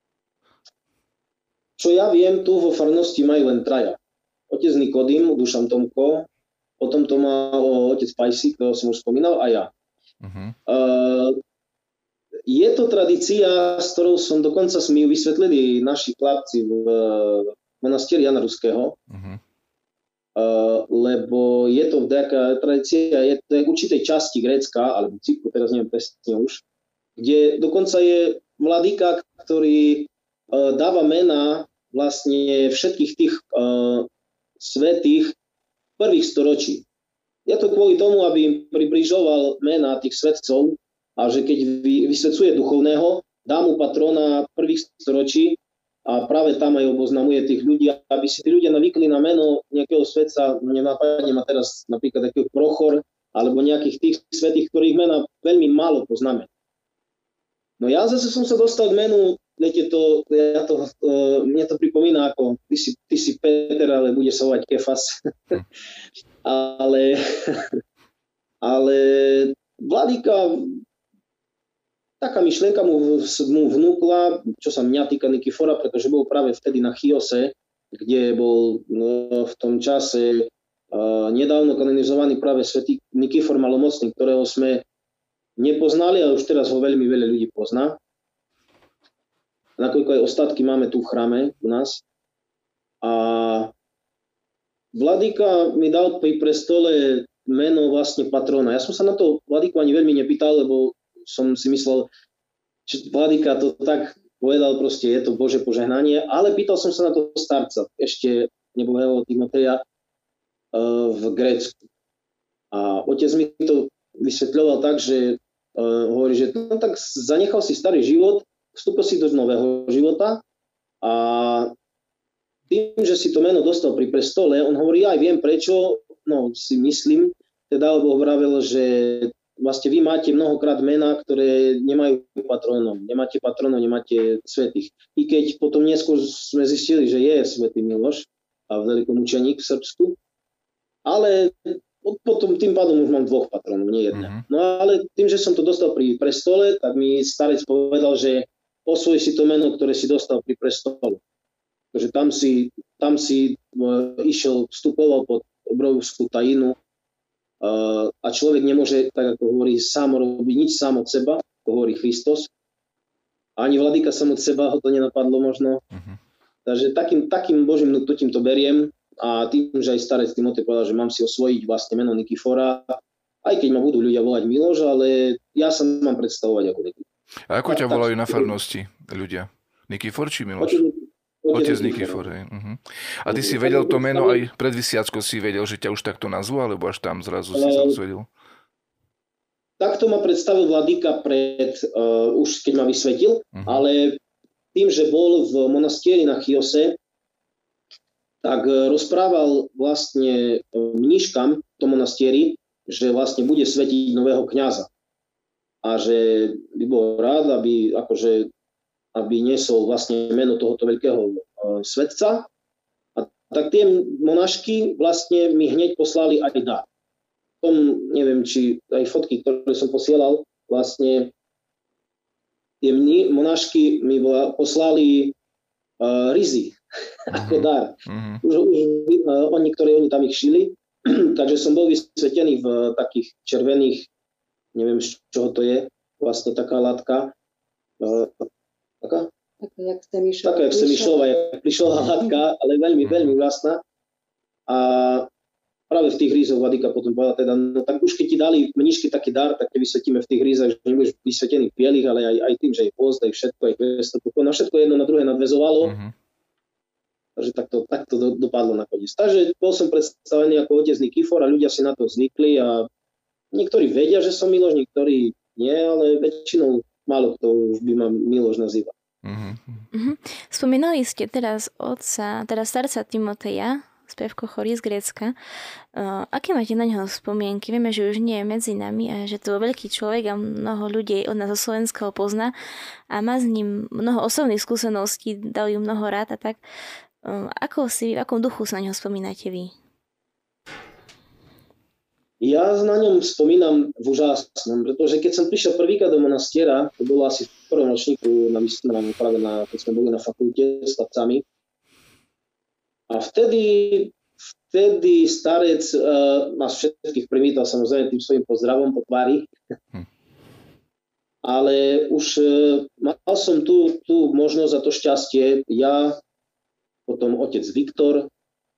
Čo ja viem, tu vo farnosti majú len traja. Otec Nikodým, Dušan Tomko, potom to má otec Pajsík, ktorého som už spomínal, a ja. Je to tradícia, s ktorou som dokonca mi ju vysvetlili naši chlapci v monastieri Jana Ruského, lebo je to taká tradícia, je to v určitej časti Grécka, alebo Cypru, teraz neviem presne už, kde dokonca je vladyka, ktorý dáva mená vlastne všetkých tých svätých prvých storočí. Je to kvôli tomu, aby im približoval mená tých svätcov a že keď vysvedcuje duchovného, dá mu patrona prvých storočí a práve tam aj oboznamuje tých ľudí, aby si tí ľudia navykli na meno nejakého svätca, nenápadne ma teraz napríklad takého Prochor, alebo nejakých tých svätých, ktorých mena veľmi málo poznáme. No ja zase som sa dostal k menu, viete, mne to pripomína ako ty si Peter, ale bude sa volať Kefas. ale vladyka, taká myšlienka mu vnúkla, čo sa mňa týka Nikifora, pretože bol práve vtedy na Chiose, kde bol v tom čase nedávno kanonizovaný práve svätý Nikifor Malomocný, ktorého sme nepoznali, ale už teraz ho veľmi veľa ľudí pozná. Nakoľko aj ostatky máme tu v chráme u nás. A vladyka mi dal pri prestole meno vlastne patrona. Ja som sa na to vladyku ani veľmi nepýtal, lebo som si myslel, že vladyka to tak povedal, proste je to Božie požehnanie, ale pýtal som sa na to starca, ešte nebohého Timoteja v Grécku. A otec mi to vysvetľoval tak, že hovorí, že no tak zanechal si starý život, vstúpil si do nového života a tým, že si to meno dostal pri prestole, on hovorí, aj viem prečo, no si myslím, teda lebo vravel, že vlastne vy máte mnohokrát mená, ktoré nemajú patrónov, nemáte svätých. I keď potom neskôr sme zistili, že je svätý Miloš a veľkomučeník v Srbsku, ale potom tým pádom už mám dvoch patrónov, nie jedna. No ale tým, že som to dostal pri prestole, tak mi starec povedal, že osvoj si to meno, ktoré si dostal pri prestole. Takže tam si išiel, vstupoval pod obrovskú tajinu a človek nemôže, tak ako hovorí, sám robiť nič sám od seba, to hovorí Kristus. Ani vladyka sám od seba ho to nenapadlo možno. Takže takým Božím nutnutím to beriem, a tým, že aj starec Timotej povedal, že mám si osvojiť vlastne meno Nikifora, aj keď ma budú ľudia volať Miloš, ale ja sa mám predstavovať ako Nikifor. A ako ťa volajú na farnosti ľudia? Nikifor či Miloš? Otec Nikifor, hej. A ty si vedel to meno aj pred vysviackou, si vedel, že ťa už takto nazvú, alebo až tam zrazu si sa dozvedel? Takto ma predstavil vladyka už keď ma vysvetil, ale tým, že bol v monastieri na Chiose, tak rozprával vlastne mníškam v tom monastieri, že vlastne bude svetiť nového kňaza. A že by bol rád, aby niesol vlastne meno tohoto veľkého svetca. A tak tie monašky vlastne mi hneď poslali aj dar. Tom neviem, či aj fotky, ktoré som posielal, vlastne tie monašky mi poslali ryzy ako dar. Už oni tam ich šili, takže som bol vysvetený v takých červených, neviem, z čoho to je, vlastne taká látka. Taká, jak Semišlova, jak plišová látka, ale veľmi, veľmi vlastná. A práve v tých rízoch vladyka potom povedal teda, no tak už keď ti dali mníšky taký dar, tak te vysvetíme v tých rízach, že nebudeš vysvetený v bielých, ale aj tým, že je pôst, aj všetko, aj kvesto, na všetko jedno na druhé nadväzovalo. Takže takto dopadlo nakoniec. Takže bol som predstavený ako otec Nikifor a ľudia si na to zvykli a niektorí vedia, že som Miloš, niektorí nie, ale väčšinou málo kto už by ma Miloš nazýval. Spomínali ste teraz starca Timoteja, spievko Chorý z Grécka. Aké máte na neho spomienky? Vieme, že už nie je medzi nami a že to bol veľký človek a mnoho ľudí od nás zo Slovenska ho pozná a má s ním mnoho osobných skúseností, dal ju mnoho rád a tak. V akom duchu sa na neho spomínate vy? Ja na ňom spomínam v úžasnom, pretože keď som prišiel prvýkrát do monastiera, to bolo asi v prvom ročníku keď sme boli na fakulte s chlapcami, a vtedy starec nás všetkých privítal samozrejme tým svojím pozdravom po tvári. Ale už mal som tú možnosť a to šťastie, ja, potom otec Viktor,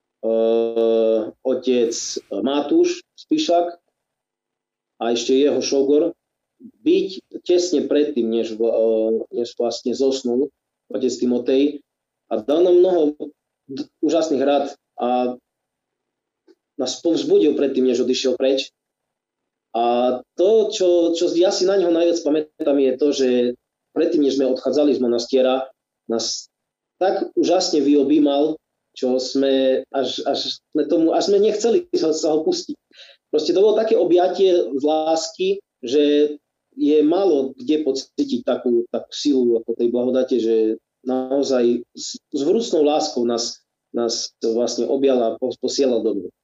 otec Matúš Spišák a ešte jeho šogor, byť tesne predtým, než vlastne zosnul otec Timotej a dal nám mnoho úžasných rád a nás povzbudil predtým, než odišiel preč. A to, čo ja si na neho najviac pamätám, je to, že predtým, než sme odchádzali z monastiera, nás tak úžasne vyobímal, čo sme až sme nechceli sa ho pustiť. Proste to bolo také objatie z lásky, že je málo kde pocítiť takú silu ako tej blahodate, že naozaj s vrúcnou láskou nás vlastne objal a posielal do mňa.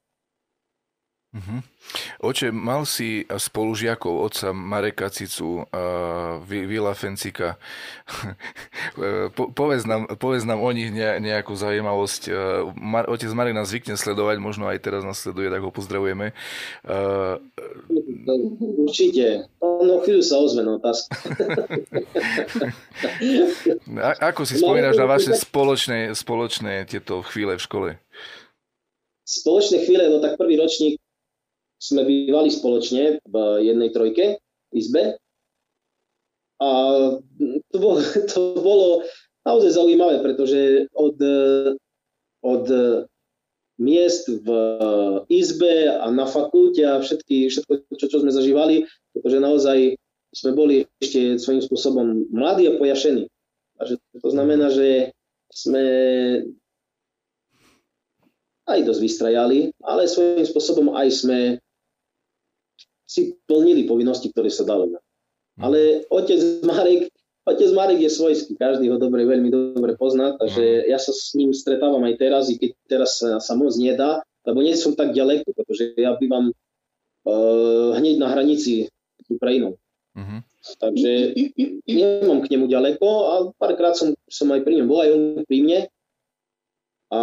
Oče, mal si spolužiakov otca Mareka Cicu, Vila Fencika. Povedz nám o nich nejakú zaujímavosť. Otec Marek nás zvykne sledovať, možno aj teraz nás sleduje, tak ho pozdravujeme. Určite. No chvíľu sa ozve na otázku. Ako si spomínaš na vaše spoločné tieto chvíle v škole? Spoločné chvíle, no tak prvý ročník sme bývali spoločne v jednej trojke v izbe a to bolo naozaj zaujímavé, pretože od miest v izbe a na fakulte a všetko, čo sme zažívali, pretože naozaj sme boli ešte svojím spôsobom mladí a pojašení. Takže to znamená, že sme aj dosť vystrajali, ale svojím spôsobom aj sme si plnili povinnosti, ktoré sa dalo. Ale otec Marek je svojský, každý ho veľmi dobre pozná, takže ja sa s ním stretávam aj teraz, i keď teraz sa moc nedá, lebo nie som tak ďaleko, pretože ja bývam hneď na hranici s Ukrajinou. Takže nemám k nemu ďaleko a párkrát som aj pri ňom bol, aj on pri mne. A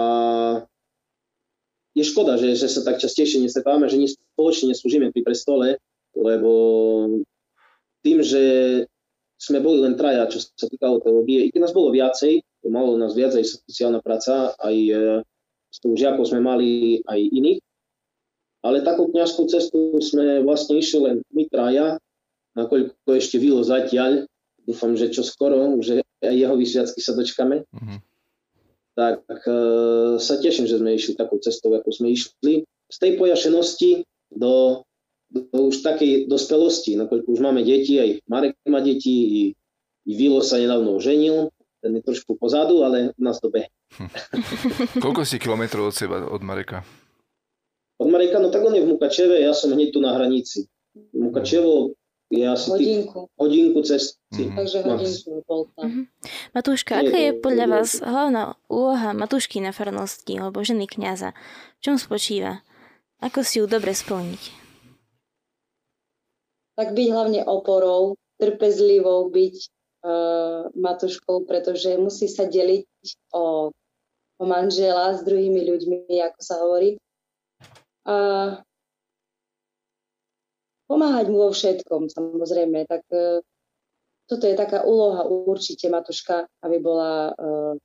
je škoda, že sa tak častejšie nestretávame, že spoločne neslúžime pri prestole, lebo tým, že sme boli len traja, čo sa týkalo teológie, i keď nás bolo viacej, malo nás viac aj sociálna práca, aj žiakov sme mali aj iných, ale takú kňazskú cestu sme vlastne išli len my traja, nakoľko ešte Vilo zatiaľ, dúfam, že čo skoro, že aj jeho vysviacky sa dočkame, tak sa teším, že sme išli takou cestou, ako sme išli. Z tej pojašenosti do už takej dospelosti, nakoľko už máme deti, aj Marek má deti, i Vilo sa nedávno oženil, ten je trošku pozadu, ale nás to behe. Koľko si kilometrov od seba, od Mareka? Od Mareka, no tak on je v Mukačeve, ja som hneď tu na hranici. Mukačevo je asi hodinku cesty. Takže hodinku bol tam. Matúška, aká je podľa vás hlavná úloha Matúšky na farnosti alebo ženy kňaza? V čom spočíva? Ako si ju dobre splniť? Tak byť hlavne oporou, trpezlivou byť Matúškou, pretože musí sa deliť o manžela s druhými ľuďmi, ako sa hovorí. A pomáhať mu vo všetkom, samozrejme. Tak toto je taká úloha určite Matúška, aby bola,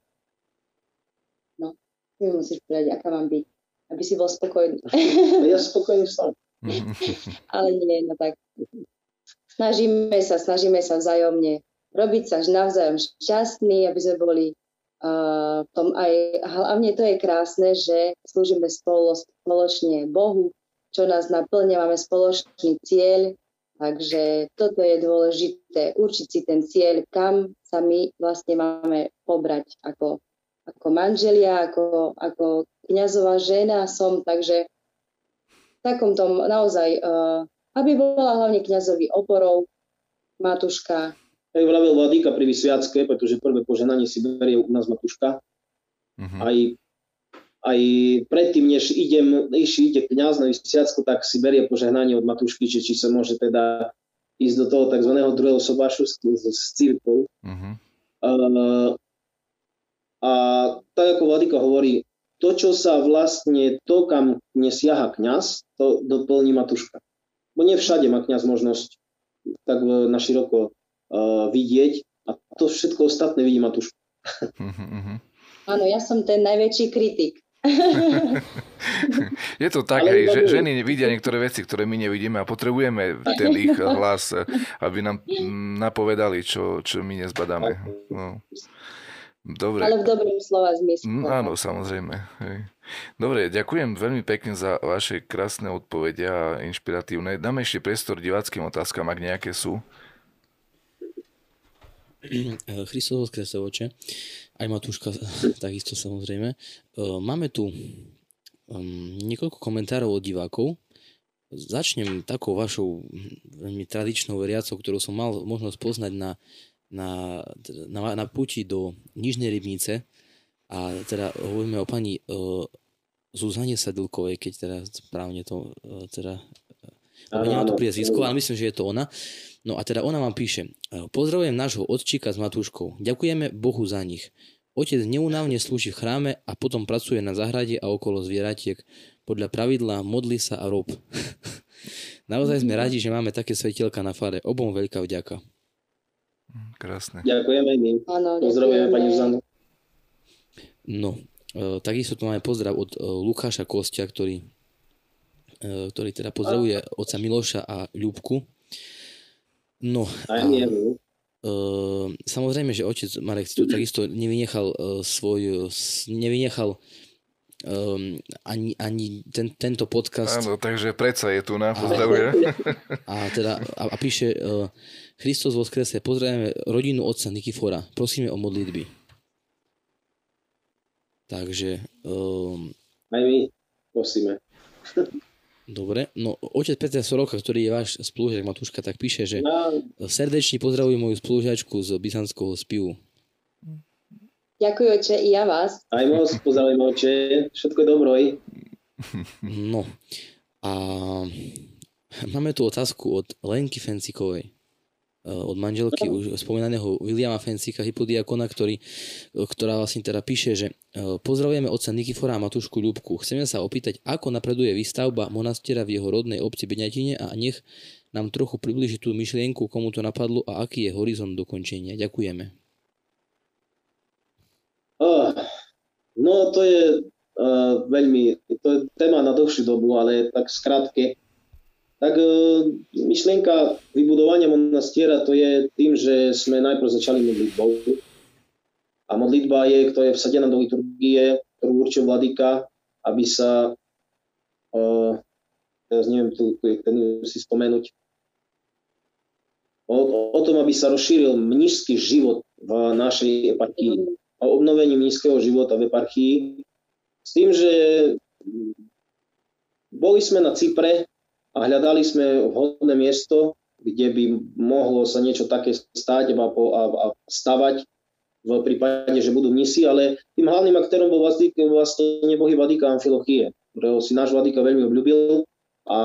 ty musíš povedať, aká mám byť, aby si bol spokojný. Ja spokojný som. Ale nie, no tak snažíme sa vzájomne robiť sa navzájom šťastní, aby sme boli v tom aj, hlavne to je krásne, že slúžime spoločne Bohu, čo nás naplňa, máme spoločný cieľ, takže toto je dôležité, určiť si ten cieľ, kam sa my vlastne máme pobrať ako manželia, ako kňazová žena som, takže v takom tom naozaj, aby bola hlavne kňazovi oporou, Matúška. Jak vravel Vladíka pri vysviacke, pretože prvé poženanie si berie u nás Matúška. Aj predtým, než ide kňaz na vysviacku, tak si berie požehnanie od Matúšky, či sa môže teda ísť do toho tzv. Druhého sobášu s církou. A tak ako Vladíka hovorí, to, čo sa vlastne, to, kam nesiaha kňaz, to doplní Matúška. Bo nie všade má kňaz možnosť tak naširoko vidieť a to všetko ostatné vidí Matúška. Áno, ja som ten najväčší kritik. Je to tak, hej, že ženy vidia niektoré veci, ktoré my nevidíme a potrebujeme ten ich hlas, aby nám napovedali, čo my nezbadáme. No. Dobre. Ale v dobrom slova zmysle. Áno, samozrejme. Hej. Dobre, ďakujem veľmi pekne za vaše krásne odpovede a inšpiratívne. Dáme ešte priestor diváckym otázkam, ak nejaké sú. Christos voskrese, oče. Aj Matúška, takisto samozrejme. Máme tu niekoľko komentárov od divákov. Začnem takou vašou veľmi tradičnou veriacou, ktorú som mal možnosť poznať na puti do Nižnej Rybnice. A teda hovoríme o pani Zuzane Sedlkovej, keď teda správne to nemám tu priezvisko, ale myslím, že je to ona. No a teda ona vám píše: pozdravujem nášho otčíka s Matúškou. Ďakujeme Bohu za nich. Otec neúnavne slúži v chráme a potom pracuje na záhrade a okolo zvieratiek. Podľa pravidla modli sa a rob. Naozaj sme radi, že máme také svetielka na fare. Obom veľká vďaka. Krásne. Ďakujeme my. Pozdravujeme pani Zuzanu. No, takisto tu máme pozdrav od Lukáša Kostia, ktorý teda pozdravuje otca Miloša a Ľubku. No, samozrejme, že otec Marek tu takisto nevynechal ani tento podcast. Áno, takže predsa je tu na pozdravuje. A píše: Christos voskrese, pozdravujeme rodinu otca Nikifora, prosíme o modlitby. Takže aj my prosíme. Dobre, no otec Peter Soroka, ktorý je váš spolužiak Matúška, tak píše, že srdečne pozdravujem moju spolužiačku z byzantského spivu. Ďakujem, oče, i ja vás. Aj moc pozdravujem, oče, všetko dobroj. No a máme tu otázku od Lenky Fencikovej, od manželky už spomínaného Williama Fencika, hypodiakona, ktorá vlastne teda píše, že pozdravujeme otca Nikifora a Matúšku Ľubku. Chceme sa opýtať, ako napreduje výstavba monastiera v jeho rodnej obci Beňatine a nech nám trochu približí tú myšlienku, komu to napadlo a aký je horizont dokončenia. Ďakujeme. No to je veľmi, to je téma na dlhšiu dobu, ale tak skrátke. Tak myšlienka vybudovania monastiera to je tým, že sme najprv začali modlitbou. A modlitba je, ktorá je vsadená do liturgie, ktorú určil vladyka, aby sa, teraz neviem, ten si spomenúť, o tom, aby sa rozšíril mníšsky život v našej eparchii, o obnovení mníšskeho života v eparchii, s tým, že boli sme na Cypre a hľadali sme vhodné miesto, kde by mohlo sa niečo také stať a stavať v prípade, že budú mnísi, ale tým hlavným aktérom bol vlastne nebohý vladyka Amfilochie, ktorého si náš vladyka veľmi obľúbil a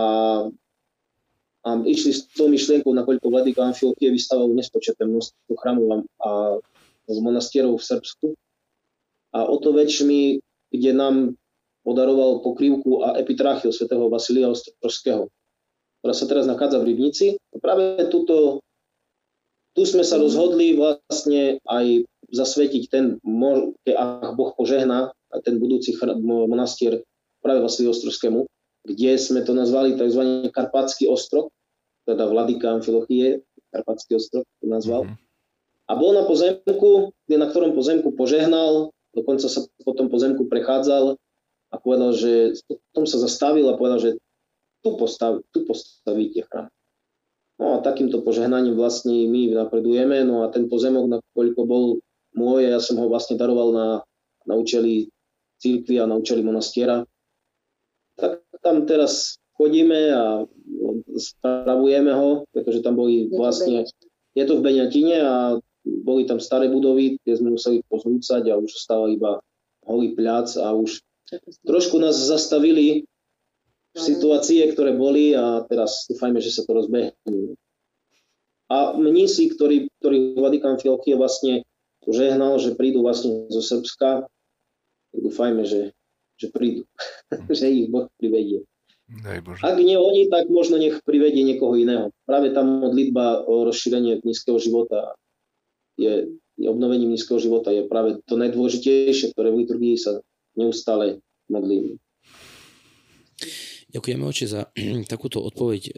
išli s tou myšlienkou, nakoľko vladyka Amfilochie vystavil nespočetné množstvo chramov a monastierov v Srbsku. A o to väčšmi, kde nám podaroval pokrývku a epitrachiu svätého Vasilia Ostrožského, ktorá sa teraz nachádza v Rybnici. Práve tu sme sa rozhodli vlastne aj zasvetiť ak Boh požehná, ten budúci monastier práve Vasilii Ostrožskému, kde sme to nazvali tzv. Karpatský ostrov, teda vladyka Amfilochie, Karpatský ostrov to nazval. A bol na pozemku, na ktorom pozemku požehnal, dokonca sa po tom pozemku prechádzal a povedal, že potom sa zastavil a povedal, že tu postavíte chrám. No a takýmto požehnaním vlastne my napredujeme, no a ten pozemok, nakoľko bol môj, ja som ho vlastne daroval na účely cirkvi a na účely monastiera. Tak tam teraz chodíme a spravujeme ho, pretože tam boli vlastne, je to v Beňatine a boli tam staré budovy, kde sme museli pozrúcať a už stával iba holý pľac a už trošku nás zastavili v situácie, ktoré boli a teraz dúfajme, že sa to rozbehne. A mnísi, ktorí vladyka Amfilochie vlastne požehnal, že prídu vlastne zo Srbska, dúfajme, že prídu, že ich Boh privedie. Ak nie oni, tak možno nech privedie niekoho iného. Práve tá modlitba o rozšírenie mníšskeho života je obnovenie mníšskeho života je práve to najdôležitejšie, ktoré v liturgii sa neustále modlíme. Ďakujeme, oče, za takúto odpoveď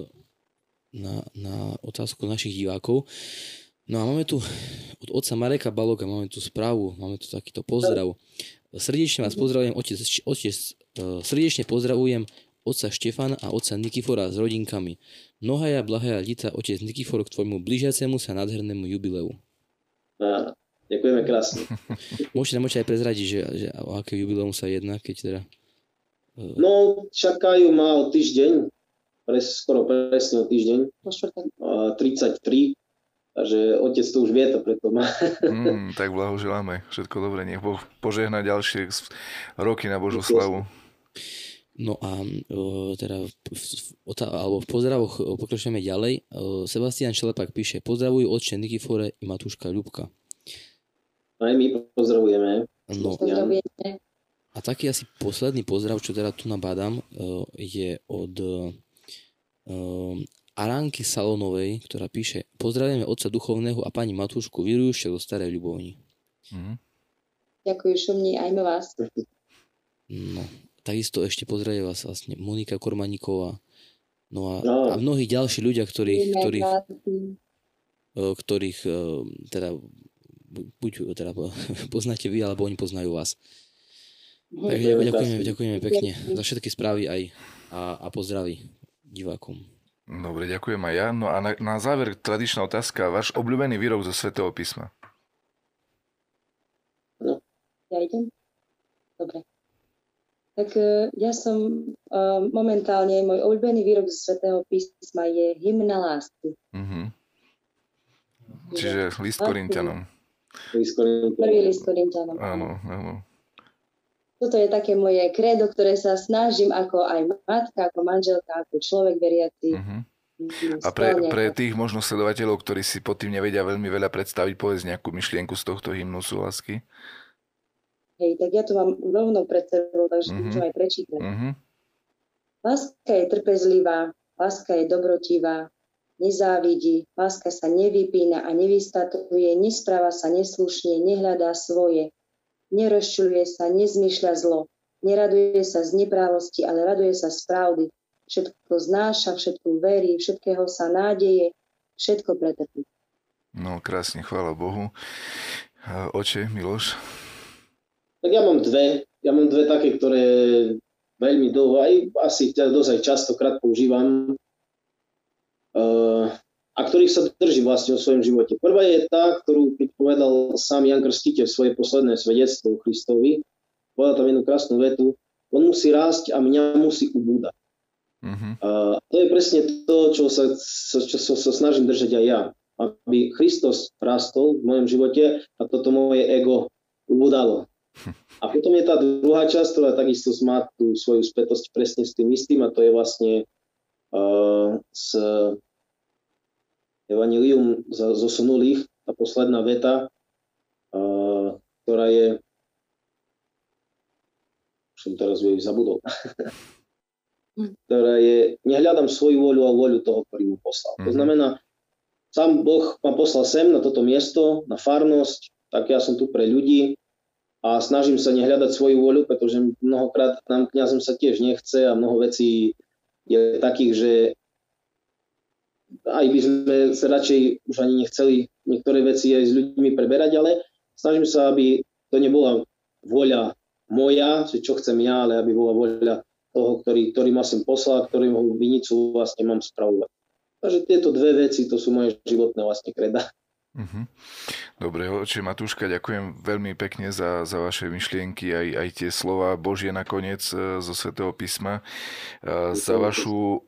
na otázku našich divákov. No a máme tu od otca Mareka Baloga, máme tu správu, máme tu takýto pozdrav. Srdečne vás pozdravujem, otec, srdečne pozdravujem otca Štefana a otca Nikifora s rodinkami. Mnohaja blahaja lita otec Nikifor k tvojmu blížiacemu sa nádhernému jubileu. Ďakujeme krásne. Môžete nám aj prezradiť, že o aké jubileum sa jedná, keď teda... No, čakajú ma o týždeň, skoro presne o týždeň, 33, takže otec to už vie, to preto má. Tak blahoželáme, všetko dobre, nech Boh požehná ďalšie roky na Božú slavu. No a teda v pozdravoch pokračujeme ďalej. Sebastian Šelepak píše: pozdravujú otče Nikifore i matúška Ľubka. Aj my pozdravujeme. No, a taký asi posledný pozdrav, čo teda tu nabádam, je od Aránky Salonovej, ktorá píše: pozdravujeme otca duchovného a pani Matúšku Virujúšte zo Starej Ľubovni. Ďakujem šumní, aj my vás. No, takisto ešte pozdravuje vás vlastne Monika Kormaníková. No a mnohí ďalší ľudia, ktorých teda buď teda poznáte vy, alebo oni poznajú vás. Takže ďakujeme pekne za všetky správy aj a pozdravy divákom. Dobre, ďakujem aj ja. No a na záver tradičná otázka. Váš obľúbený výrok zo Svätého písma? No, ja idem? Dobre. Tak ja som momentálne, môj obľúbený výrok zo Svätého písma je hymna lásky. Čiže list Korinťanom. Prvý list Korinťanom. Áno. Toto je také moje kredo, ktoré sa snažím ako aj matka, ako manželka, ako človek veriaci. A pre tých možno sledovateľov, ktorí si pod tým nevedia veľmi veľa predstaviť, povedz nejakú myšlienku z tohto hymnusu lásky. Hej, tak ja to mám rovno pred sebou, takže môžem aj prečítať. Láska je trpezlivá, láska je dobrotivá, nezávidí, láska sa nevypína a nevystatuje, nespráva sa neslušne, nehľadá svoje, nerozčuľuje sa, nezmýšľa zlo, Neraduje sa z neprávosti, ale raduje sa z pravdy. Všetko znáša, všetko verí, všetkého sa nádeje, všetko pretrpí. No, krásne, chvála Bohu. Oče, Miloš? Tak ja mám dve také, ktoré veľmi dlho, aj asi dosť častokrát používam, a ktorých sa drží vlastne o svojom živote. Prvá je tá, ktorú povedal sám Ján Krstiteľ v svoje posledné svedectvo Kristovi. Povedal tam jednu krásnu vetu: on musí rásť a mňa musí ubúdať. Uh-huh. To je presne to, čo sa snažím držať aj ja. Aby Kristus rástol v mojom živote a toto moje ego ubúdalo. A potom je tá druhá časť, ktorá takisto má tú svoju spätosť presne s tým istým, a to je vlastne z Evangelium zosunulých, tá posledná veta, ktorá je, som teraz ju zabudol, ktorá je: nehľadám svoju voľu a voľu toho, ktorý mu poslal. To znamená, sám Boh ma poslal sem na toto miesto, na farnosť, tak ja som tu pre ľudí a snažím sa nehľadať svoju voľu, pretože mnohokrát nám kňazom sa tiež nechce a mnoho vecí je takých, že aj by sme sa radšej už ani nechceli niektoré veci aj s ľuďmi preberať, ale snažím sa, aby to nebola voľa moja, čo chcem ja, ale aby bola voľa toho, ktorý ma sem poslal, ktorého vinicu vlastne mám spravovať. Takže tieto dve veci, to sú moje životné vlastne kredá. Uh-huh. Dobre, oče Matúška, ďakujem veľmi pekne za vaše myšlienky, aj tie slova Božie nakoniec zo Svätého písma, za vašu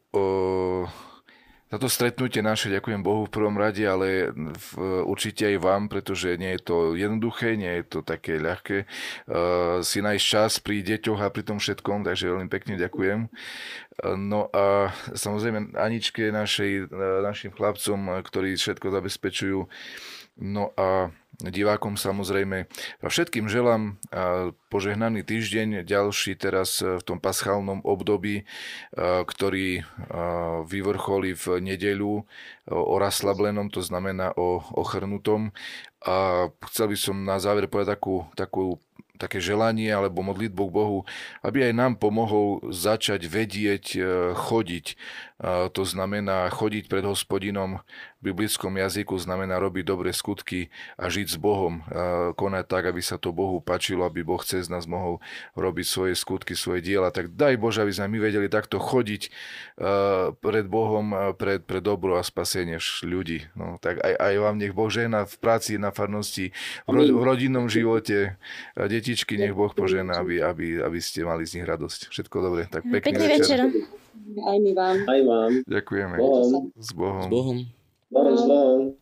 za to stretnutie naše ďakujem Bohu v prvom rade, ale určite aj vám, pretože nie je to jednoduché, nie je to také ľahké si nájsť čas pri deťoch a pri tom všetkom, takže veľmi pekne ďakujem. No a samozrejme Aničke, našim chlapcom, ktorí všetko zabezpečujú. No a divákom samozrejme. A všetkým želám požehnaný týždeň, ďalší teraz v tom paschálnom období, ktorý vyvrcholí v nedeľu o raslablenom, to znamená o ochrnutom. A chcel by som na záver povedať také želanie alebo modlitbu k Bohu, aby aj nám pomohol začať vedieť chodiť. To znamená chodiť pred Hospodinom v biblickom jazyku, znamená robiť dobré skutky a žiť s Bohom. Konať tak, aby sa to Bohu páčilo, aby Boh cez nás mohol robiť svoje skutky, svoje diela. Tak daj Bože, aby sme my vedeli takto chodiť pred Bohom, pre dobro a spasenie ľudí. No, tak aj vám nech Boh žehná v práci, na farnosti, v rodinnom živote. Detičky, nech Boh požehná, aby ste mali z nich radosť. Všetko dobre. Tak pekný večer. Aj my vám. Aj vám. Ďakujeme. Bohom. S Bohom. S Bohom. S Bohom.